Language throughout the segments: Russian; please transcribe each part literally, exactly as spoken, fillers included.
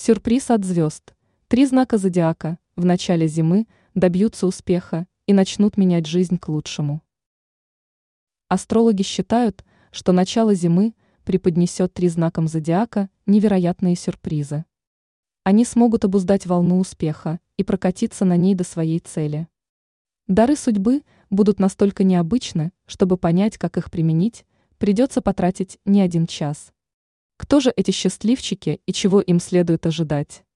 Сюрприз от звезд. Три знака зодиака в начале зимы добьются успеха и начнут менять жизнь к лучшему. Астрологи считают, что начало зимы преподнесет три знакам зодиака невероятные сюрпризы. Они смогут обуздать волну успеха и прокатиться на ней до своей цели. Дары судьбы будут настолько необычны, чтобы понять, как их применить, придется потратить не один час. Кто же эти счастливчики и чего им следует ожидать?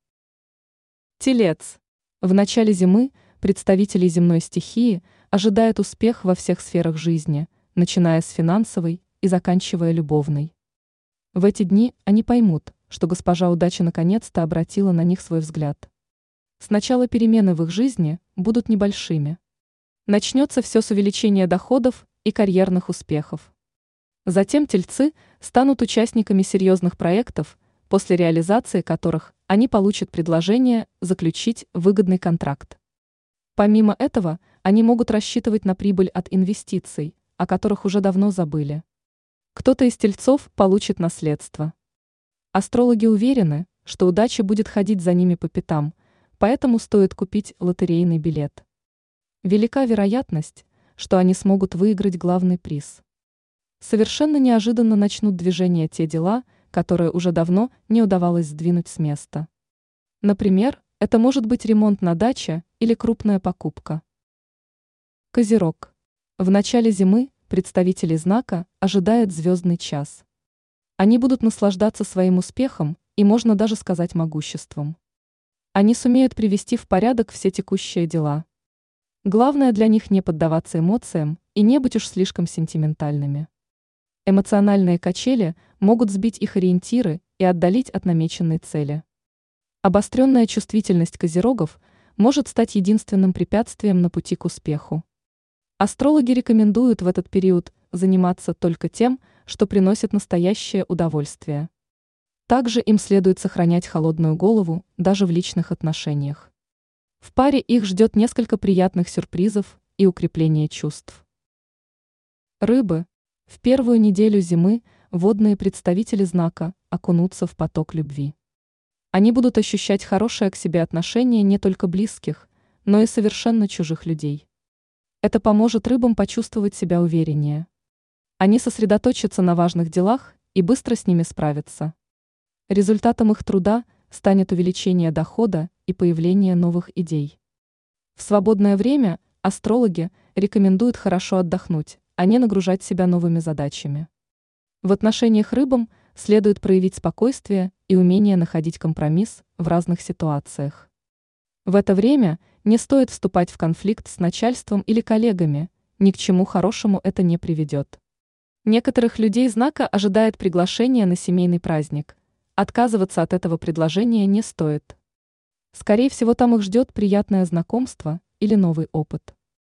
Телец. В начале зимы представители земной стихии ожидают успех во всех сферах жизни, начиная с финансовой и заканчивая любовной. В эти дни они поймут, что госпожа удача наконец-то обратила на них свой взгляд. Сначала перемены в их жизни будут небольшими. Начнется все с увеличения доходов и карьерных успехов. Затем тельцы станут участниками серьезных проектов, после реализации которых они получат предложение заключить выгодный контракт. Помимо этого, они могут рассчитывать на прибыль от инвестиций, о которых уже давно забыли. Кто-то из тельцов получит наследство. Астрологи уверены, что удача будет ходить за ними по пятам, поэтому стоит купить лотерейный билет. Велика вероятность, что они смогут выиграть главный приз. Совершенно неожиданно начнут движение те дела, которые уже давно не удавалось сдвинуть с места. Например, это может быть ремонт на даче или крупная покупка. Козерог. В начале зимы представители знака ожидает звездный час. Они будут наслаждаться своим успехом и, можно даже сказать, могуществом. Они сумеют привести в порядок все текущие дела. Главное для них не поддаваться эмоциям и не быть уж слишком сентиментальными. Эмоциональные качели могут сбить их ориентиры и отдалить от намеченной цели. Обостренная чувствительность козерогов может стать единственным препятствием на пути к успеху. Астрологи рекомендуют в этот период заниматься только тем, что приносит настоящее удовольствие. Также им следует сохранять холодную голову даже в личных отношениях. В паре их ждет несколько приятных сюрпризов и укрепление чувств. Рыбы. В первую неделю зимы водные представители знака окунутся в поток любви. Они будут ощущать хорошее к себе отношение не только близких, но и совершенно чужих людей. Это поможет рыбам почувствовать себя увереннее. Они сосредоточатся на важных делах и быстро с ними справятся. Результатом их труда станет увеличение дохода и появление новых идей. В свободное время астрологи рекомендуют хорошо отдохнуть, а не нагружать себя новыми задачами. В отношениях рыбам следует проявить спокойствие и умение находить компромисс в разных ситуациях. В это время не стоит вступать в конфликт с начальством или коллегами, ни к чему хорошему это не приведет. Некоторых людей знака ожидает приглашение на семейный праздник. Отказываться от этого предложения не стоит. Скорее всего, там их ждет приятное знакомство или новый опыт.